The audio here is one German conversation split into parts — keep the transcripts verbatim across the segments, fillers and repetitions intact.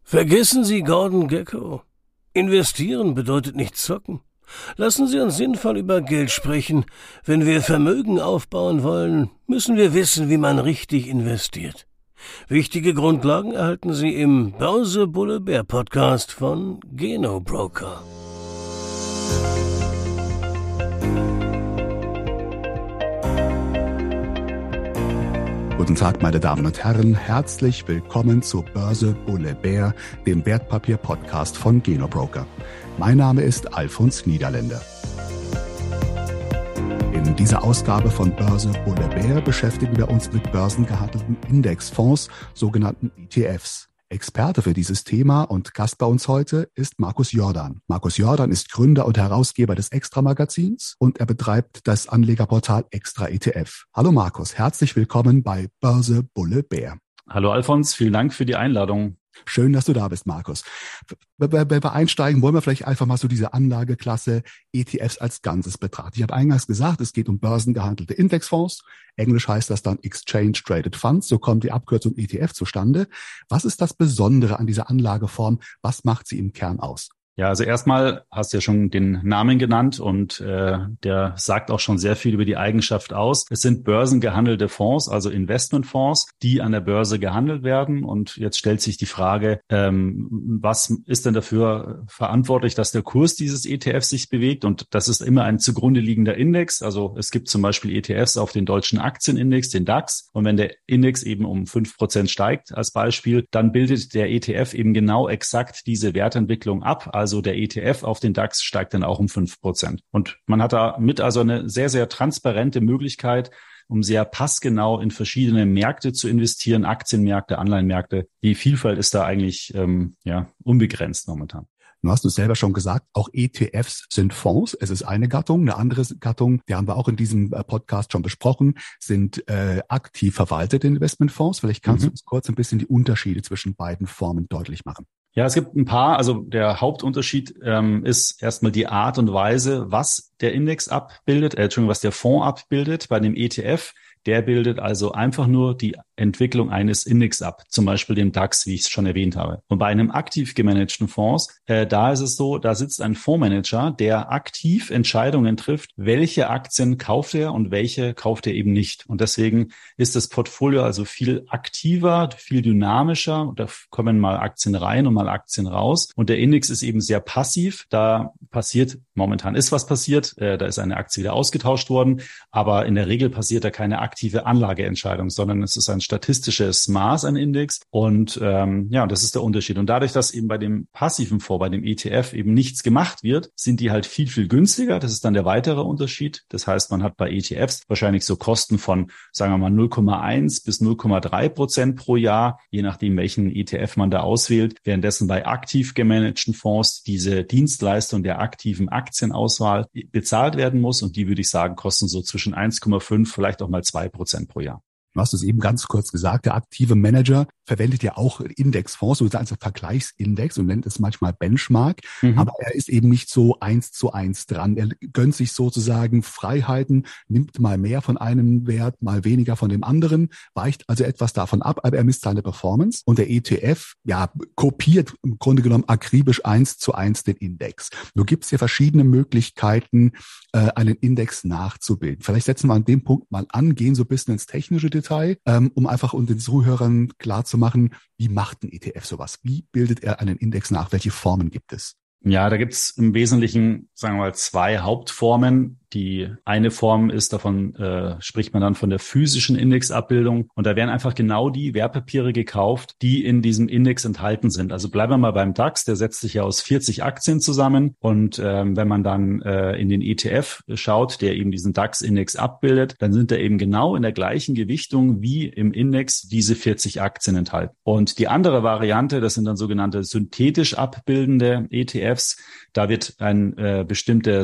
Vergessen Sie Gordon Gekko. Investieren bedeutet nicht zocken. Lassen Sie uns sinnvoll über Geld sprechen. Wenn wir Vermögen aufbauen wollen, müssen wir wissen, wie man richtig investiert. Wichtige Grundlagen erhalten Sie im Börse Bulle Bär Podcast von GenoBroker. Guten Tag, meine Damen und Herren. Herzlich willkommen zu Börse Bulle Bär, dem Wertpapier-Podcast von GenoBroker. Mein Name ist Alfons Niederländer. In dieser Ausgabe von Börse Bulle Bär beschäftigen wir uns mit börsengehandelten Indexfonds, sogenannten E T Fs. Experte für dieses Thema und Gast bei uns heute ist Markus Jordan. Markus Jordan ist Gründer und Herausgeber des Extra-Magazins und er betreibt das Anlegerportal Extra E T F. Hallo Markus, herzlich willkommen bei Börse Bulle Bär. Hallo Alfons, vielen Dank für die Einladung. Schön, dass du da bist, Markus. Wenn wir einsteigen, wollen wir vielleicht einfach mal so diese Anlageklasse E T Fs als Ganzes betrachten. Ich habe eingangs gesagt, es geht um börsengehandelte Indexfonds. Englisch heißt das dann Exchange Traded Funds. So kommt die Abkürzung E T F zustande. Was ist das Besondere an dieser Anlageform? Was macht sie im Kern aus? Ja, also erstmal hast du ja schon den Namen genannt und äh, der sagt auch schon sehr viel über die Eigenschaft aus. Es sind börsengehandelte Fonds, also Investmentfonds, die an der Börse gehandelt werden. Und jetzt stellt sich die Frage, ähm, was ist denn dafür verantwortlich, dass der Kurs dieses E T Fs sich bewegt? Und das ist immer ein zugrunde liegender Index. Also es gibt zum Beispiel E T Fs auf den deutschen Aktienindex, den DAX. Und wenn der Index eben um fünf Prozent steigt als Beispiel, dann bildet der E T F eben genau exakt diese Wertentwicklung ab. Also der E T F auf den DAX steigt dann auch um fünf Prozent. Und man hat damit also eine sehr, sehr transparente Möglichkeit, um sehr passgenau in verschiedene Märkte zu investieren, Aktienmärkte, Anleihenmärkte. Die Vielfalt ist da eigentlich ähm, ja unbegrenzt momentan. Du hast uns selber schon gesagt, auch E T Fs sind Fonds. Es ist eine Gattung. Eine andere Gattung, die haben wir auch in diesem Podcast schon besprochen, sind äh, aktiv verwaltete Investmentfonds. Vielleicht kannst mhm. du uns kurz ein bisschen die Unterschiede zwischen beiden Formen deutlich machen. Ja, es gibt ein paar. Also der Hauptunterschied ähm, ist erstmal die Art und Weise, was der Index abbildet, äh, Entschuldigung, was der Fonds abbildet. Bei dem E T F, der bildet also einfach nur die Entwicklung eines Index ab, zum Beispiel dem DAX, wie ich es schon erwähnt habe. Und bei einem aktiv gemanagten Fonds, äh, da ist es so, da sitzt ein Fondsmanager, der aktiv Entscheidungen trifft, welche Aktien kauft er und welche kauft er eben nicht. Und deswegen ist das Portfolio also viel aktiver, viel dynamischer. Da kommen mal Aktien rein und mal Aktien raus. Und der Index ist eben sehr passiv. Da passiert, momentan ist was passiert, äh, da ist eine Aktie wieder ausgetauscht worden, aber in der Regel passiert da keine aktive Anlageentscheidung, sondern es ist ein statistisches Maß, ein Index. Und ähm, ja, das ist der Unterschied. Und dadurch, dass eben bei dem passiven Fonds, bei dem E T F eben nichts gemacht wird, sind die halt viel, viel günstiger. Das ist dann der weitere Unterschied. Das heißt, man hat bei E T Fs wahrscheinlich so Kosten von, sagen wir mal, null Komma eins bis null Komma drei Prozent pro Jahr, je nachdem, welchen E T F man da auswählt. Währenddessen bei aktiv gemanagten Fonds diese Dienstleistung der aktiven Aktienauswahl bezahlt werden muss. Und die, würde ich sagen, kosten so zwischen eins Komma fünf, vielleicht auch mal zwei Prozent pro Jahr. Du hast es eben ganz kurz gesagt, der aktive Manager verwendet ja auch Indexfonds, so als Vergleichsindex und nennt es manchmal Benchmark, mhm. aber er ist eben nicht so eins zu eins dran. Er gönnt sich sozusagen Freiheiten, nimmt mal mehr von einem Wert, mal weniger von dem anderen, weicht also etwas davon ab, aber er misst seine Performance und der E T F, ja, kopiert im Grunde genommen akribisch eins zu eins den Index. Nur gibt es hier verschiedene Möglichkeiten, äh, einen Index nachzubilden. Vielleicht setzen wir an dem Punkt mal an, gehen so ein bisschen ins technische Detail, um einfach und den Zuhörern klar zu machen, wie macht ein E T F sowas? Wie bildet er einen Index nach? Welche Formen gibt es? Ja, da gibt's im Wesentlichen, sagen wir mal, zwei Hauptformen. Die eine Form ist, davon äh, spricht man dann von der physischen Indexabbildung. Und da werden einfach genau die Wertpapiere gekauft, die in diesem Index enthalten sind. Also bleiben wir mal beim DAX, der setzt sich ja aus vierzig Aktien zusammen. Und ähm, wenn man dann äh, in den E T F schaut, der eben diesen DAX-Index abbildet, dann sind da eben genau in der gleichen Gewichtung wie im Index diese vierzig Aktien enthalten. Und die andere Variante, das sind dann sogenannte synthetisch abbildende E T Fs. Da wird ein äh, bestimmtes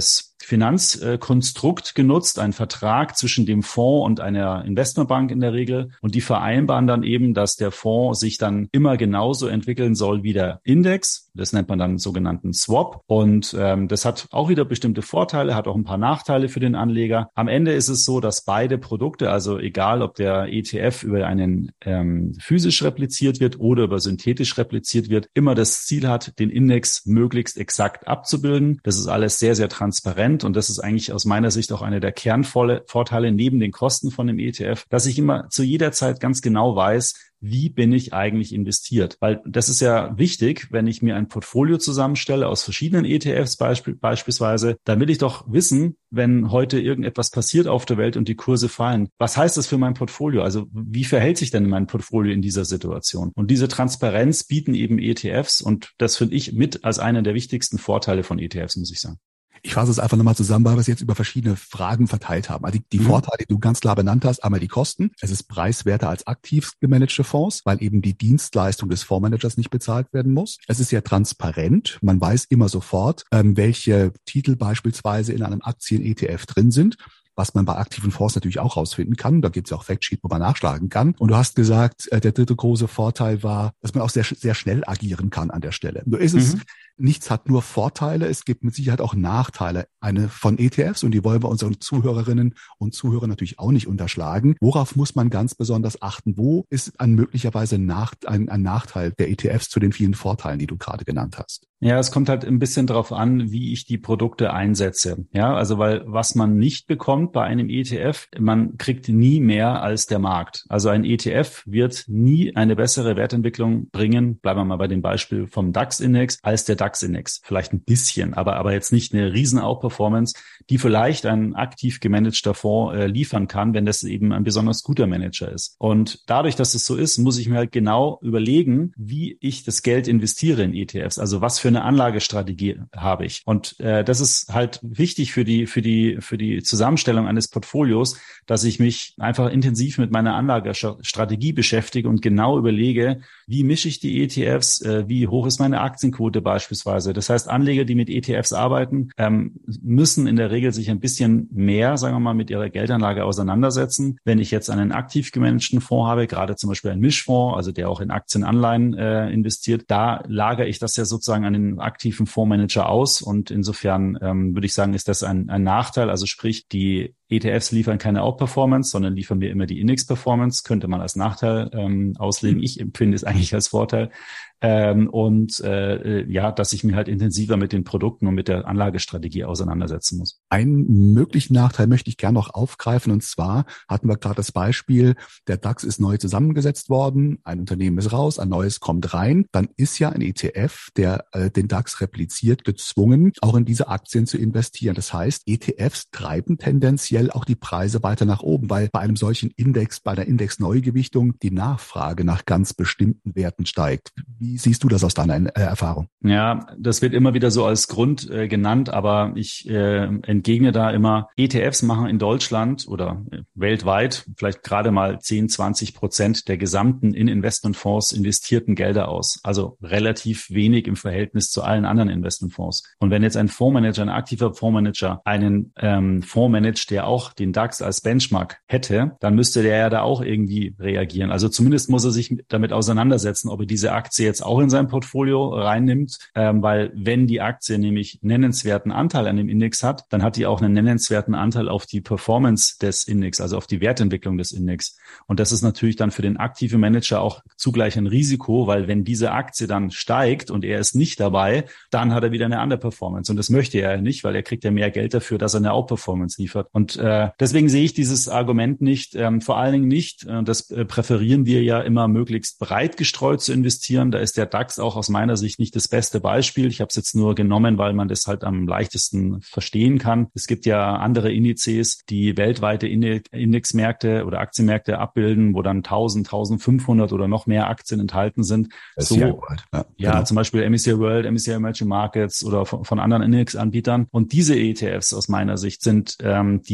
Finanzkonstrukt genutzt, ein Vertrag zwischen dem Fonds und einer Investmentbank in der Regel. Und die vereinbaren dann eben, dass der Fonds sich dann immer genauso entwickeln soll wie der Index. Das nennt man dann sogenannten Swap. Und ähm, das hat auch wieder bestimmte Vorteile, hat auch ein paar Nachteile für den Anleger. Am Ende ist es so, dass beide Produkte, also egal ob der E T F über einen ähm, physisch repliziert wird oder über synthetisch repliziert wird, immer das Ziel hat, den Index möglichst exakt abzubilden. Das ist alles sehr, sehr transparent und das ist eigentlich aus meiner Sicht auch einer der Kernvorteile neben den Kosten von dem E T F, dass ich immer zu jeder Zeit ganz genau weiß, wie bin ich eigentlich investiert? Weil das ist ja wichtig, wenn ich mir ein Portfolio zusammenstelle aus verschiedenen E T Fs beisp- beispielsweise, dann will ich doch wissen, wenn heute irgendetwas passiert auf der Welt und die Kurse fallen, was heißt das für mein Portfolio? Also wie verhält sich denn mein Portfolio in dieser Situation? Und diese Transparenz bieten eben E T Fs und das finde ich mit als einer der wichtigsten Vorteile von E T Fs, muss ich sagen. Ich fasse es einfach nochmal zusammen, weil wir es jetzt über verschiedene Fragen verteilt haben. Also die, die mhm. Vorteile, die du ganz klar benannt hast, einmal die Kosten. Es ist preiswerter als aktiv gemanagte Fonds, weil eben die Dienstleistung des Fondsmanagers nicht bezahlt werden muss. Es ist sehr transparent. Man weiß immer sofort, ähm, welche Titel beispielsweise in einem Aktien-E T F drin sind, was man bei aktiven Fonds natürlich auch rausfinden kann. Da gibt es ja auch Factsheet, wo man nachschlagen kann. Und du hast gesagt, äh, der dritte große Vorteil war, dass man auch sehr, sehr schnell agieren kann an der Stelle. Nur ist es, mhm. nichts hat nur Vorteile, es gibt mit Sicherheit auch Nachteile eine von E T Fs und die wollen wir unseren Zuhörerinnen und Zuhörern natürlich auch nicht unterschlagen. Worauf muss man ganz besonders achten? Wo ist ein möglicherweise nach, ein, ein Nachteil der E T Fs zu den vielen Vorteilen, die du gerade genannt hast? Ja, es kommt halt ein bisschen darauf an, wie ich die Produkte einsetze. Ja, also weil was man nicht bekommt bei einem E T F, man kriegt nie mehr als der Markt. Also ein E T F wird nie eine bessere Wertentwicklung bringen, bleiben wir mal bei dem Beispiel vom DAX-Index, als der DAX-Index. Vielleicht ein bisschen, aber aber jetzt nicht eine riesen Outperformance, die vielleicht ein aktiv gemanagter Fonds äh, liefern kann, wenn das eben ein besonders guter Manager ist. Und dadurch, dass es so ist, muss ich mir halt genau überlegen, wie ich das Geld investiere in E T Fs. Also was für eine Anlagestrategie habe ich. Und äh, das ist halt wichtig für die für die für die Zusammenstellung eines Portfolios, dass ich mich einfach intensiv mit meiner Anlagestrategie beschäftige und genau überlege, wie mische ich die E T Fs, äh, wie hoch ist meine Aktienquote beispielsweise. Das heißt, Anleger, die mit E T Fs arbeiten, ähm, müssen in der Regel sich ein bisschen mehr, sagen wir mal, mit ihrer Geldanlage auseinandersetzen. Wenn ich jetzt einen aktiv gemanagten Fonds habe, gerade zum Beispiel einen Mischfonds, also der auch in Aktienanleihen äh, investiert, da lagere ich das ja sozusagen an den aktiven Fondsmanager aus und insofern ähm, würde ich sagen, ist das ein, ein Nachteil. Also sprich, die E T Fs liefern keine Outperformance, sondern liefern mir immer die Index-Performance, könnte man als Nachteil ähm, auslegen. Ich empfinde es eigentlich als Vorteil. Ähm, und äh, ja, dass ich mir halt intensiver mit den Produkten und mit der Anlagestrategie auseinandersetzen muss. Einen möglichen Nachteil möchte ich gerne noch aufgreifen, und zwar hatten wir gerade das Beispiel, der DAX ist neu zusammengesetzt worden, ein Unternehmen ist raus, ein neues kommt rein, dann ist ja ein E T F, der äh, den DAX repliziert, gezwungen, auch in diese Aktien zu investieren. Das heißt, E T Fs treiben tendenziell auch die Preise weiter nach oben, weil bei einem solchen Index, bei der Indexneugewichtung die Nachfrage nach ganz bestimmten Werten steigt. Wie Wie siehst du das aus deiner äh, Erfahrung? Ja, das wird immer wieder so als Grund äh, genannt, aber ich äh, entgegne da immer, E T Fs machen in Deutschland oder äh, weltweit vielleicht gerade mal zehn, zwanzig Prozent der gesamten in Investmentfonds investierten Gelder aus. Also relativ wenig im Verhältnis zu allen anderen Investmentfonds. Und wenn jetzt ein Fondsmanager, ein aktiver Fondsmanager einen ähm, Fonds managt, der auch den DAX als Benchmark hätte, dann müsste der ja da auch irgendwie reagieren. Also zumindest muss er sich damit auseinandersetzen, ob er diese Aktie jetzt auch in sein Portfolio reinnimmt, ähm, weil wenn die Aktie nämlich nennenswerten Anteil an dem Index hat, dann hat die auch einen nennenswerten Anteil auf die Performance des Index, also auf die Wertentwicklung des Index. Und das ist natürlich dann für den aktiven Manager auch zugleich ein Risiko, weil wenn diese Aktie dann steigt und er ist nicht dabei, dann hat er wieder eine Underperformance. Und das möchte er ja nicht, weil er kriegt ja mehr Geld dafür, dass er eine Outperformance liefert. Und äh, deswegen sehe ich dieses Argument nicht, ähm, vor allen Dingen nicht, äh, das äh, präferieren wir ja immer, möglichst breit gestreut zu investieren. Da ist der DAX auch aus meiner Sicht nicht das beste Beispiel. Ich habe es jetzt nur genommen, weil man das halt am leichtesten verstehen kann. Es gibt ja andere Indizes, die weltweite Indexmärkte oder Aktienmärkte abbilden, wo dann tausend, eintausendfünfhundert oder noch mehr Aktien enthalten sind. So, ja, ja genau. Zum Beispiel M S C I World, M S C I Emerging Markets oder von, von anderen Indexanbietern. Und diese E T Fs aus meiner Sicht sind ähm, die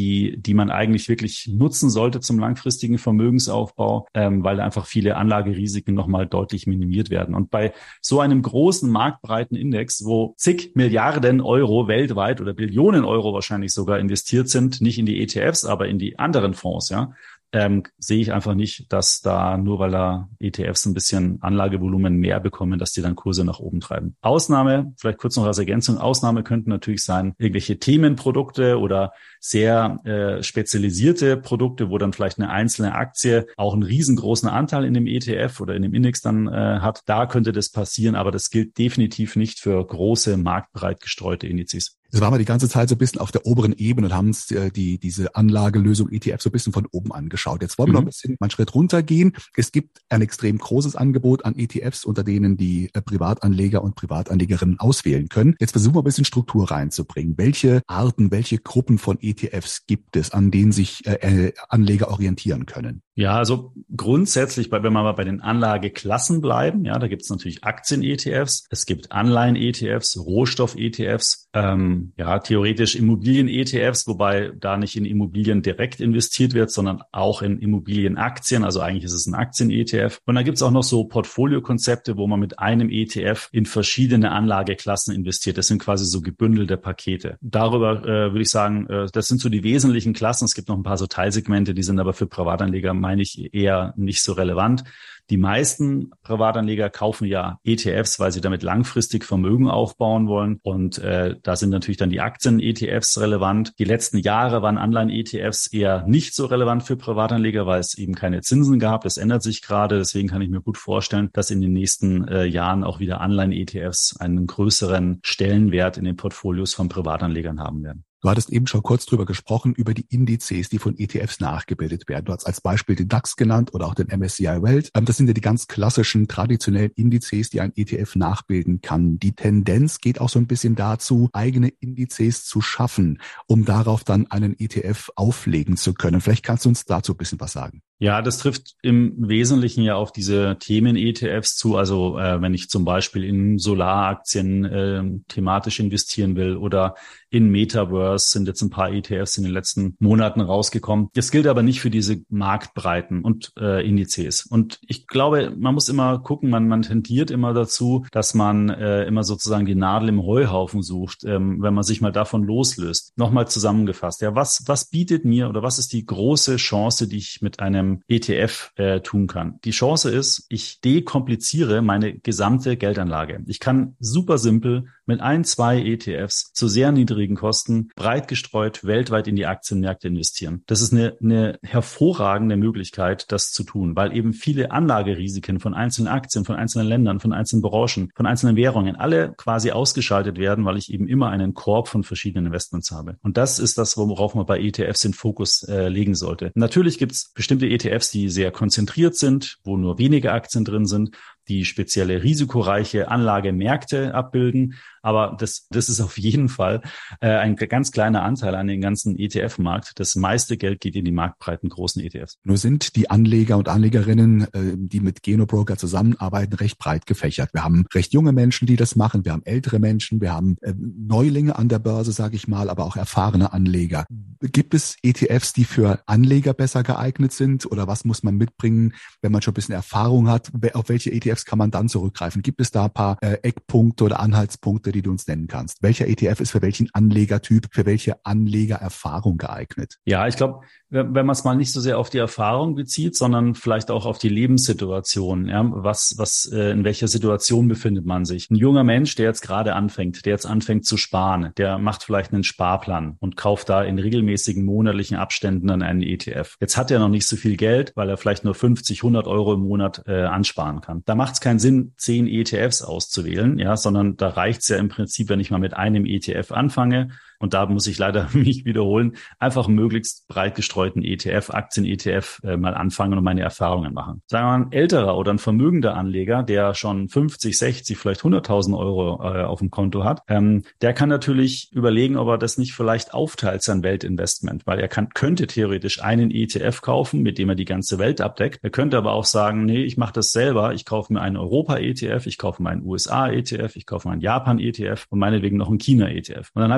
die, die man eigentlich wirklich nutzen sollte zum langfristigen Vermögensaufbau, ähm, weil einfach viele Anlagerisiken nochmal deutlich minimiert werden. Und bei so einem großen marktbreiten Index, wo zig Milliarden Euro weltweit oder Billionen Euro wahrscheinlich sogar investiert sind, nicht in die E T Fs, aber in die anderen Fonds, ja, Ähm, sehe ich einfach nicht, dass da, nur weil da E T Fs ein bisschen Anlagevolumen mehr bekommen, dass die dann Kurse nach oben treiben. Ausnahme, vielleicht kurz noch als Ergänzung, Ausnahme könnten natürlich sein, irgendwelche Themenprodukte oder sehr äh, spezialisierte Produkte, wo dann vielleicht eine einzelne Aktie auch einen riesengroßen Anteil in dem E T F oder in dem Index dann äh, hat. Da könnte das passieren, aber das gilt definitiv nicht für große, marktbreit gestreute Indizes. Jetzt waren wir die ganze Zeit so ein bisschen auf der oberen Ebene und haben uns äh, die, diese Anlagelösung E T F so ein bisschen von oben angeschaut. Jetzt wollen wir mhm. noch ein bisschen mal einen Schritt runtergehen. Es gibt ein extrem großes Angebot an E T Fs, unter denen die äh, Privatanleger und Privatanlegerinnen auswählen können. Jetzt versuchen wir ein bisschen Struktur reinzubringen. Welche Arten, welche Gruppen von E T Fs gibt es, an denen sich äh, Anleger orientieren können? Ja, also grundsätzlich, wenn wir mal bei den Anlageklassen bleiben, ja, da gibt es natürlich Aktien-E T Fs, es gibt Anleihen-E T Fs, Rohstoff-E T Fs, ähm, ja, theoretisch Immobilien-E T Fs, wobei da nicht in Immobilien direkt investiert wird, sondern auch in Immobilienaktien, also eigentlich ist es ein Aktien-E T F. Und dann gibt es auch noch so Portfoliokonzepte, wo man mit einem E T F in verschiedene Anlageklassen investiert. Das sind quasi so gebündelte Pakete. Darüber äh, würde ich sagen, äh, das sind so die wesentlichen Klassen. Es gibt noch ein paar so Teilsegmente, die sind aber für Privatanleger, meine ich, eher nicht so relevant. Die meisten Privatanleger kaufen ja E T Fs, weil sie damit langfristig Vermögen aufbauen wollen. Und äh, da sind natürlich dann die Aktien-E T Fs relevant. Die letzten Jahre waren Anleihen-E T Fs eher nicht so relevant für Privatanleger, weil es eben keine Zinsen gab. Das ändert sich gerade. Deswegen kann ich mir gut vorstellen, dass in den nächsten äh, Jahren auch wieder Anleihen-E T Fs einen größeren Stellenwert in den Portfolios von Privatanlegern haben werden. Du hattest eben schon kurz drüber gesprochen, über die Indizes, die von E T Fs nachgebildet werden. Du hast als Beispiel den DAX genannt oder auch den M S C I World. Das sind ja die ganz klassischen, traditionellen Indizes, die ein E T F nachbilden kann. Die Tendenz geht auch so ein bisschen dazu, eigene Indizes zu schaffen, um darauf dann einen E T F auflegen zu können. Vielleicht kannst du uns dazu ein bisschen was sagen. Ja, das trifft im Wesentlichen ja auf diese Themen-E T Fs zu. Also äh, wenn ich zum Beispiel in Solaraktien äh, thematisch investieren will oder in Metaverse, sind jetzt ein paar E T Fs in den letzten Monaten rausgekommen. Das gilt aber nicht für diese Marktbreiten und äh, Indizes. Und ich glaube, man muss immer gucken, man, man tendiert immer dazu, dass man äh, immer sozusagen die Nadel im Heuhaufen sucht, ähm, wenn man sich mal davon loslöst. Nochmal zusammengefasst, ja, was, was bietet mir oder was ist die große Chance, die ich mit einem E T F äh, tun kann? Die Chance ist, ich dekompliziere meine gesamte Geldanlage. Ich kann super simpel mit ein, zwei E T Fs zu sehr niedrigen Kosten breit gestreut weltweit in die Aktienmärkte investieren. Das ist eine, eine hervorragende Möglichkeit, das zu tun, weil eben viele Anlagerisiken von einzelnen Aktien, von einzelnen Ländern, von einzelnen Branchen, von einzelnen Währungen alle quasi ausgeschaltet werden, weil ich eben immer einen Korb von verschiedenen Investments habe. Und das ist das, worauf man bei E T Fs den Fokus äh, legen sollte. Natürlich gibt es bestimmte E T Fs, die sehr konzentriert sind, wo nur wenige Aktien drin sind, die spezielle risikoreiche Anlagemärkte abbilden. Aber das, das ist auf jeden Fall äh, ein ganz kleiner Anteil an den ganzen E T F-Markt. Das meiste Geld geht in die marktbreiten großen E T Fs. Nur sind die Anleger und Anlegerinnen, äh, die mit Genobroker zusammenarbeiten, recht breit gefächert. Wir haben recht junge Menschen, die das machen. Wir haben ältere Menschen. Wir haben äh, Neulinge an der Börse, sage ich mal, aber auch erfahrene Anleger. Gibt es E T Fs, die für Anleger besser geeignet sind? Oder was muss man mitbringen, wenn man schon ein bisschen Erfahrung hat? Auf welche E T Fs kann man dann zurückgreifen? Gibt es da ein paar äh, Eckpunkte oder Anhaltspunkte, die du uns nennen kannst? Welcher E T F ist für welchen Anlegertyp, für welche Anlegererfahrung geeignet? Ja, ich glaube, wenn man es mal nicht so sehr auf die Erfahrung bezieht, sondern vielleicht auch auf die Lebenssituation. Ja, was, was, äh, in welcher Situation befindet man sich? Ein junger Mensch, der jetzt gerade anfängt, der jetzt anfängt zu sparen, der macht vielleicht einen Sparplan und kauft da in regelmäßigen monatlichen Abständen dann einen E T F. Jetzt hat er noch nicht so viel Geld, weil er vielleicht nur fünfzig, hundert Euro im Monat äh, ansparen kann. Da macht es keinen Sinn, zehn E T Fs auszuwählen, ja, sondern da reicht es ja im Prinzip, wenn ich mal mit einem E T F anfange. Und da muss ich leider mich wiederholen, einfach einen möglichst breit gestreuten E T F, Aktien-E T F äh, mal anfangen und meine Erfahrungen machen. Sagen wir mal, ein älterer oder ein vermögender Anleger, der schon fünfzig, sechzig, vielleicht hunderttausend Euro äh, auf dem Konto hat, ähm, der kann natürlich überlegen, ob er das nicht vielleicht aufteilt, sein Weltinvestment, weil er kann, könnte theoretisch einen E T F kaufen, mit dem er die ganze Welt abdeckt. Er könnte aber auch sagen, nee, ich mache das selber, ich kaufe mir einen Europa-E T F, ich kaufe mir einen U S A-E T F, ich kaufe mir einen Japan-E T F und meinetwegen noch einen China-E T F. Und dann habe ich mit diesen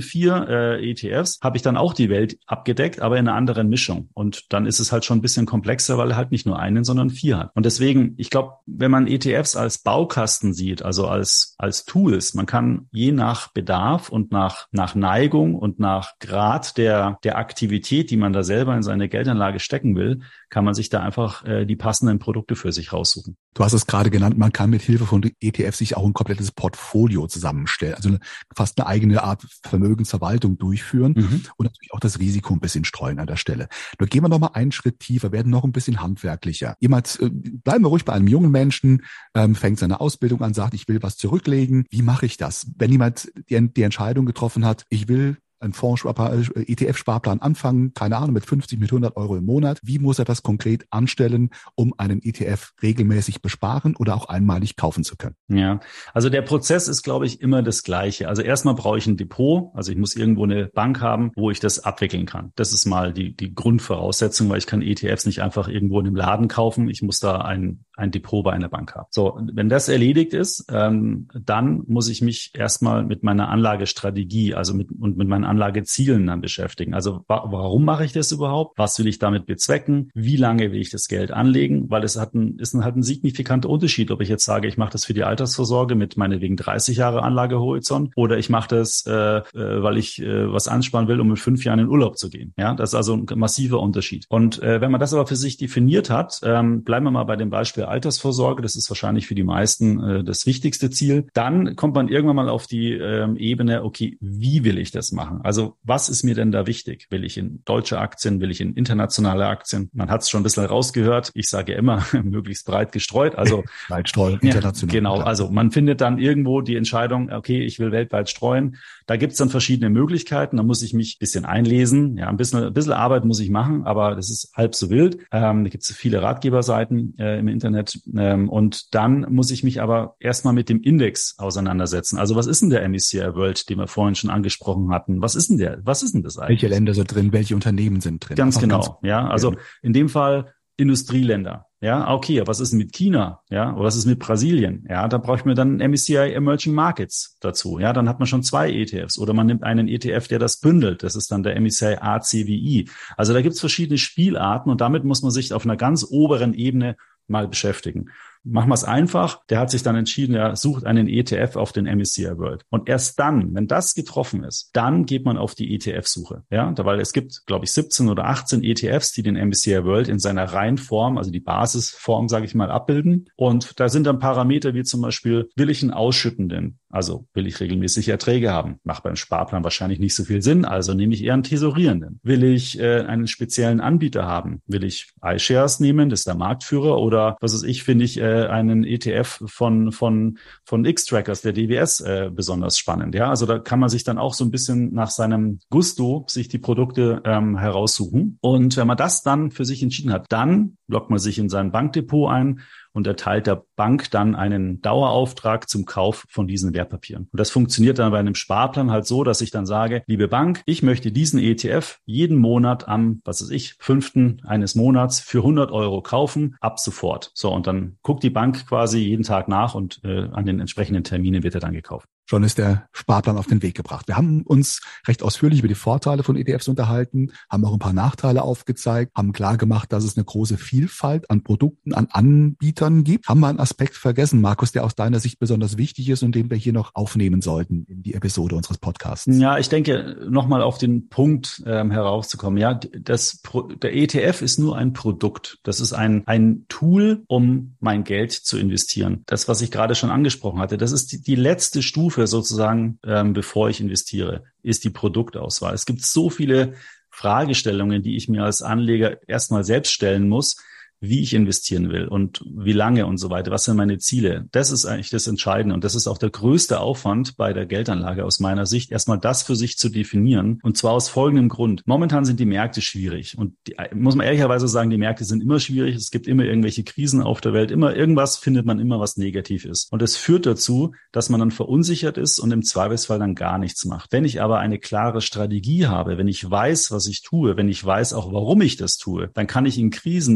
vier äh, E T Fs habe ich dann auch die Welt abgedeckt, aber in einer anderen Mischung. Und dann ist es halt schon ein bisschen komplexer, weil er halt nicht nur einen, sondern vier hat. Und deswegen, ich glaube, wenn man E T Fs als Baukasten sieht, also als als Tools, man kann je nach Bedarf und nach nach Neigung und nach Grad der der Aktivität, die man da selber in seine Geldanlage stecken will, kann man sich da einfach äh, die passenden Produkte für sich raussuchen. Du hast es gerade genannt, man kann mit Hilfe von E T Fs sich auch ein komplettes Portfolio zusammenstellen, also eine, fast eine eigene Art Vermögensverwaltung durchführen mhm. und natürlich auch das Risiko ein bisschen streuen an der Stelle. Nur gehen wir noch mal einen Schritt tiefer, werden noch ein bisschen handwerklicher. Jemand, äh, bleiben wir ruhig bei einem jungen Menschen, ähm, fängt seine Ausbildung an, sagt, ich will was zurücklegen. Wie mache ich das? Wenn jemand die, die Entscheidung getroffen hat, ich will einen Fonds, E T F-Sparplan anfangen, keine Ahnung, mit fünfzig, mit hundert Euro im Monat. Wie muss er das konkret anstellen, um einen E T F regelmäßig besparen oder auch einmalig kaufen zu können? Ja, also der Prozess ist, glaube ich, immer das Gleiche. Also erstmal brauche ich ein Depot, also ich muss irgendwo eine Bank haben, wo ich das abwickeln kann. Das ist mal die die Grundvoraussetzung, weil ich kann E T Fs nicht einfach irgendwo in einem Laden kaufen. Ich muss da ein ein Depot bei einer Bank haben. So, wenn das erledigt ist, ähm, dann muss ich mich erstmal mit meiner Anlagestrategie, also mit und mit meinen Anlagezielen dann beschäftigen. Also wa- warum mache ich das überhaupt? Was will ich damit bezwecken? Wie lange will ich das Geld anlegen? Weil es hat ein, ist ein, halt ein signifikanter Unterschied, ob ich jetzt sage, ich mache das für die Altersvorsorge mit meinetwegen dreißig Jahre Anlagehorizont oder ich mache das, äh, äh, weil ich äh, was ansparen will, um in fünf Jahren in Urlaub zu gehen. Ja, das ist also ein massiver Unterschied. Und äh, wenn man das aber für sich definiert hat, ähm, bleiben wir mal bei dem Beispiel Altersvorsorge, das ist wahrscheinlich für die meisten äh, das wichtigste Ziel, dann kommt man irgendwann mal auf die ähm, Ebene, okay, wie will ich das machen? Also was ist mir denn da wichtig? Will ich in deutsche Aktien? Will ich in internationale Aktien? Man hat es schon ein bisschen rausgehört. Ich sage ja immer, möglichst breit gestreut. Also breit streuen, international. Ja, genau, also man findet dann irgendwo die Entscheidung, okay, ich will weltweit streuen. Da gibt's dann verschiedene Möglichkeiten. Da muss ich mich ein bisschen einlesen. Ja, ein bisschen, ein bisschen Arbeit muss ich machen, aber das ist halb so wild. Ähm, da gibt's viele Ratgeberseiten äh, im Internet. Ähm, und dann muss ich mich aber erstmal mit dem Index auseinandersetzen. Also was ist denn der M S C I World, den wir vorhin schon angesprochen hatten? Was ist denn der? Was ist denn das eigentlich? Welche Länder sind drin? Welche Unternehmen sind drin? Ganz genau. Ganz, ja, also ja. In dem Fall Industrieländer. Ja, okay, was ist mit China? Ja, oder was ist mit Brasilien? Ja, da brauche ich mir dann M S C I Emerging Markets dazu. Ja, dann hat man schon zwei E T Fs oder man nimmt einen E T F, der das bündelt. Das ist dann der M S C I A C W I. Also da gibt's verschiedene Spielarten und damit muss man sich auf einer ganz oberen Ebene mal beschäftigen. Machen wir es einfach. Der hat sich dann entschieden, er sucht einen E T F auf den M S C I World. Und erst dann, wenn das getroffen ist, dann geht man auf die E T F-Suche. Ja, weil es gibt, glaube ich, siebzehn oder achtzehn E T Fs, die den M S C I World in seiner Reihenform, also die Basisform, sage ich mal, abbilden. Und da sind dann Parameter wie zum Beispiel, will ich einen ausschüttenden? Also will ich regelmäßig Erträge haben? Macht beim Sparplan wahrscheinlich nicht so viel Sinn, also nehme ich eher einen tesorierenden. Will ich äh, einen speziellen Anbieter haben? Will ich iShares nehmen, das ist der Marktführer, oder was weiß ich, finde ich äh, einen E T F von von von X-Trackers, der D W S, äh, besonders spannend. Ja, also da kann man sich dann auch so ein bisschen nach seinem Gusto sich die Produkte ähm, heraussuchen. Und wenn man das dann für sich entschieden hat, dann loggt man sich in sein Bankdepot ein und erteilt der Bank dann einen Dauerauftrag zum Kauf von diesen Wertpapieren. Und das funktioniert dann bei einem Sparplan halt so, dass ich dann sage, liebe Bank, ich möchte diesen E T F jeden Monat am, was weiß ich, fünften eines Monats für hundert Euro kaufen, ab sofort. So, und dann guckt die Bank quasi jeden Tag nach und äh, an den entsprechenden Terminen wird er dann gekauft. Schon ist der Sparplan auf den Weg gebracht. Wir haben uns recht ausführlich über die Vorteile von E T Fs unterhalten, haben auch ein paar Nachteile aufgezeigt, haben klar gemacht, dass es eine große Vielfalt an Produkten, an Anbietern gibt. Haben wir einen Aspekt vergessen, Markus, der aus deiner Sicht besonders wichtig ist und den wir hier noch aufnehmen sollten in die Episode unseres Podcasts? Ja, ich denke, nochmal auf den Punkt ähm, herauszukommen. Ja, das, der E T F ist nur ein Produkt. Das ist ein, ein Tool, um mein Geld zu investieren. Das, was ich gerade schon angesprochen hatte, das ist die, die letzte Stufe sozusagen, ähm, bevor ich investiere, ist die Produktauswahl. Es gibt so viele Fragestellungen, die ich mir als Anleger erstmal selbst stellen muss, wie ich investieren will und wie lange und so weiter. Was sind meine Ziele? Das ist eigentlich das Entscheidende und das ist auch der größte Aufwand bei der Geldanlage aus meiner Sicht, erstmal das für sich zu definieren, und zwar aus folgendem Grund. Momentan sind die Märkte schwierig und die, muss man ehrlicherweise sagen, die Märkte sind immer schwierig. Es gibt immer irgendwelche Krisen auf der Welt, immer irgendwas findet man immer, was negativ ist. Und es führt dazu, dass man dann verunsichert ist und im Zweifelsfall dann gar nichts macht. Wenn ich aber eine klare Strategie habe, wenn ich weiß, was ich tue, wenn ich weiß auch, warum ich das tue, dann kann ich in Krisen viel leichter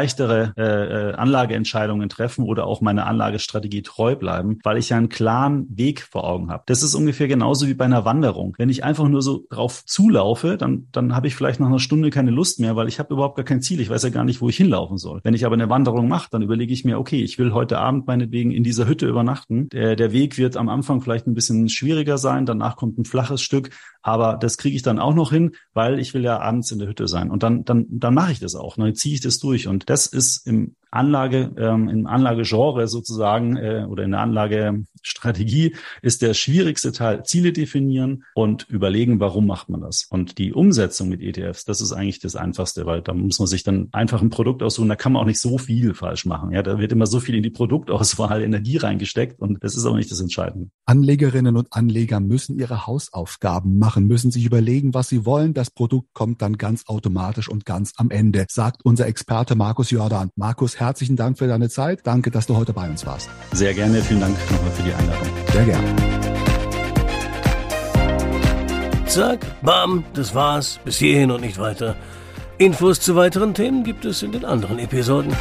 leichtere äh, Anlageentscheidungen treffen oder auch meiner Anlagestrategie treu bleiben, weil ich ja einen klaren Weg vor Augen habe. Das ist ungefähr genauso wie bei einer Wanderung. Wenn ich einfach nur so drauf zulaufe, dann, dann habe ich vielleicht nach einer Stunde keine Lust mehr, weil ich habe überhaupt gar kein Ziel. Ich weiß ja gar nicht, wo ich hinlaufen soll. Wenn ich aber eine Wanderung mache, dann überlege ich mir, okay, ich will heute Abend meinetwegen in dieser Hütte übernachten. Der, der Weg wird am Anfang vielleicht ein bisschen schwieriger sein, danach kommt ein flaches Stück, aber das kriege ich dann auch noch hin, weil ich will ja abends in der Hütte sein. Und dann, dann, dann mache ich das auch. Dann ziehe ich das durch. Und das ist im Anlage, ähm, im Anlagegenre sozusagen äh, oder in der Anlagestrategie ist der schwierigste Teil. Ziele definieren und überlegen, warum macht man das. Und die Umsetzung mit E T Fs, das ist eigentlich das Einfachste, weil da muss man sich dann einfach ein Produkt aussuchen. Da kann man auch nicht so viel falsch machen. Ja, da wird immer so viel in die Produktauswahl Energie reingesteckt und das ist auch nicht das Entscheidende. Anlegerinnen und Anleger müssen ihre Hausaufgaben machen, müssen sich überlegen, was sie wollen. Das Produkt kommt dann ganz automatisch und ganz am Ende, sagt unser Experte Markus Jordan. Markus, herzlichen Dank für deine Zeit. Danke, dass du heute bei uns warst. Sehr gerne. Vielen Dank nochmal für die Einladung. Sehr gerne. Zack, bam, das war's. Bis hierhin und nicht weiter. Infos zu weiteren Themen gibt es in den anderen Episoden.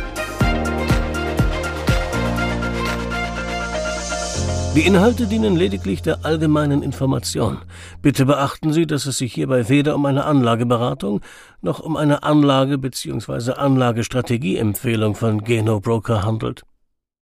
Die Inhalte dienen lediglich der allgemeinen Information. Bitte beachten Sie, dass es sich hierbei weder um eine Anlageberatung noch um eine Anlage- bzw. Anlagestrategieempfehlung von Geno Broker handelt.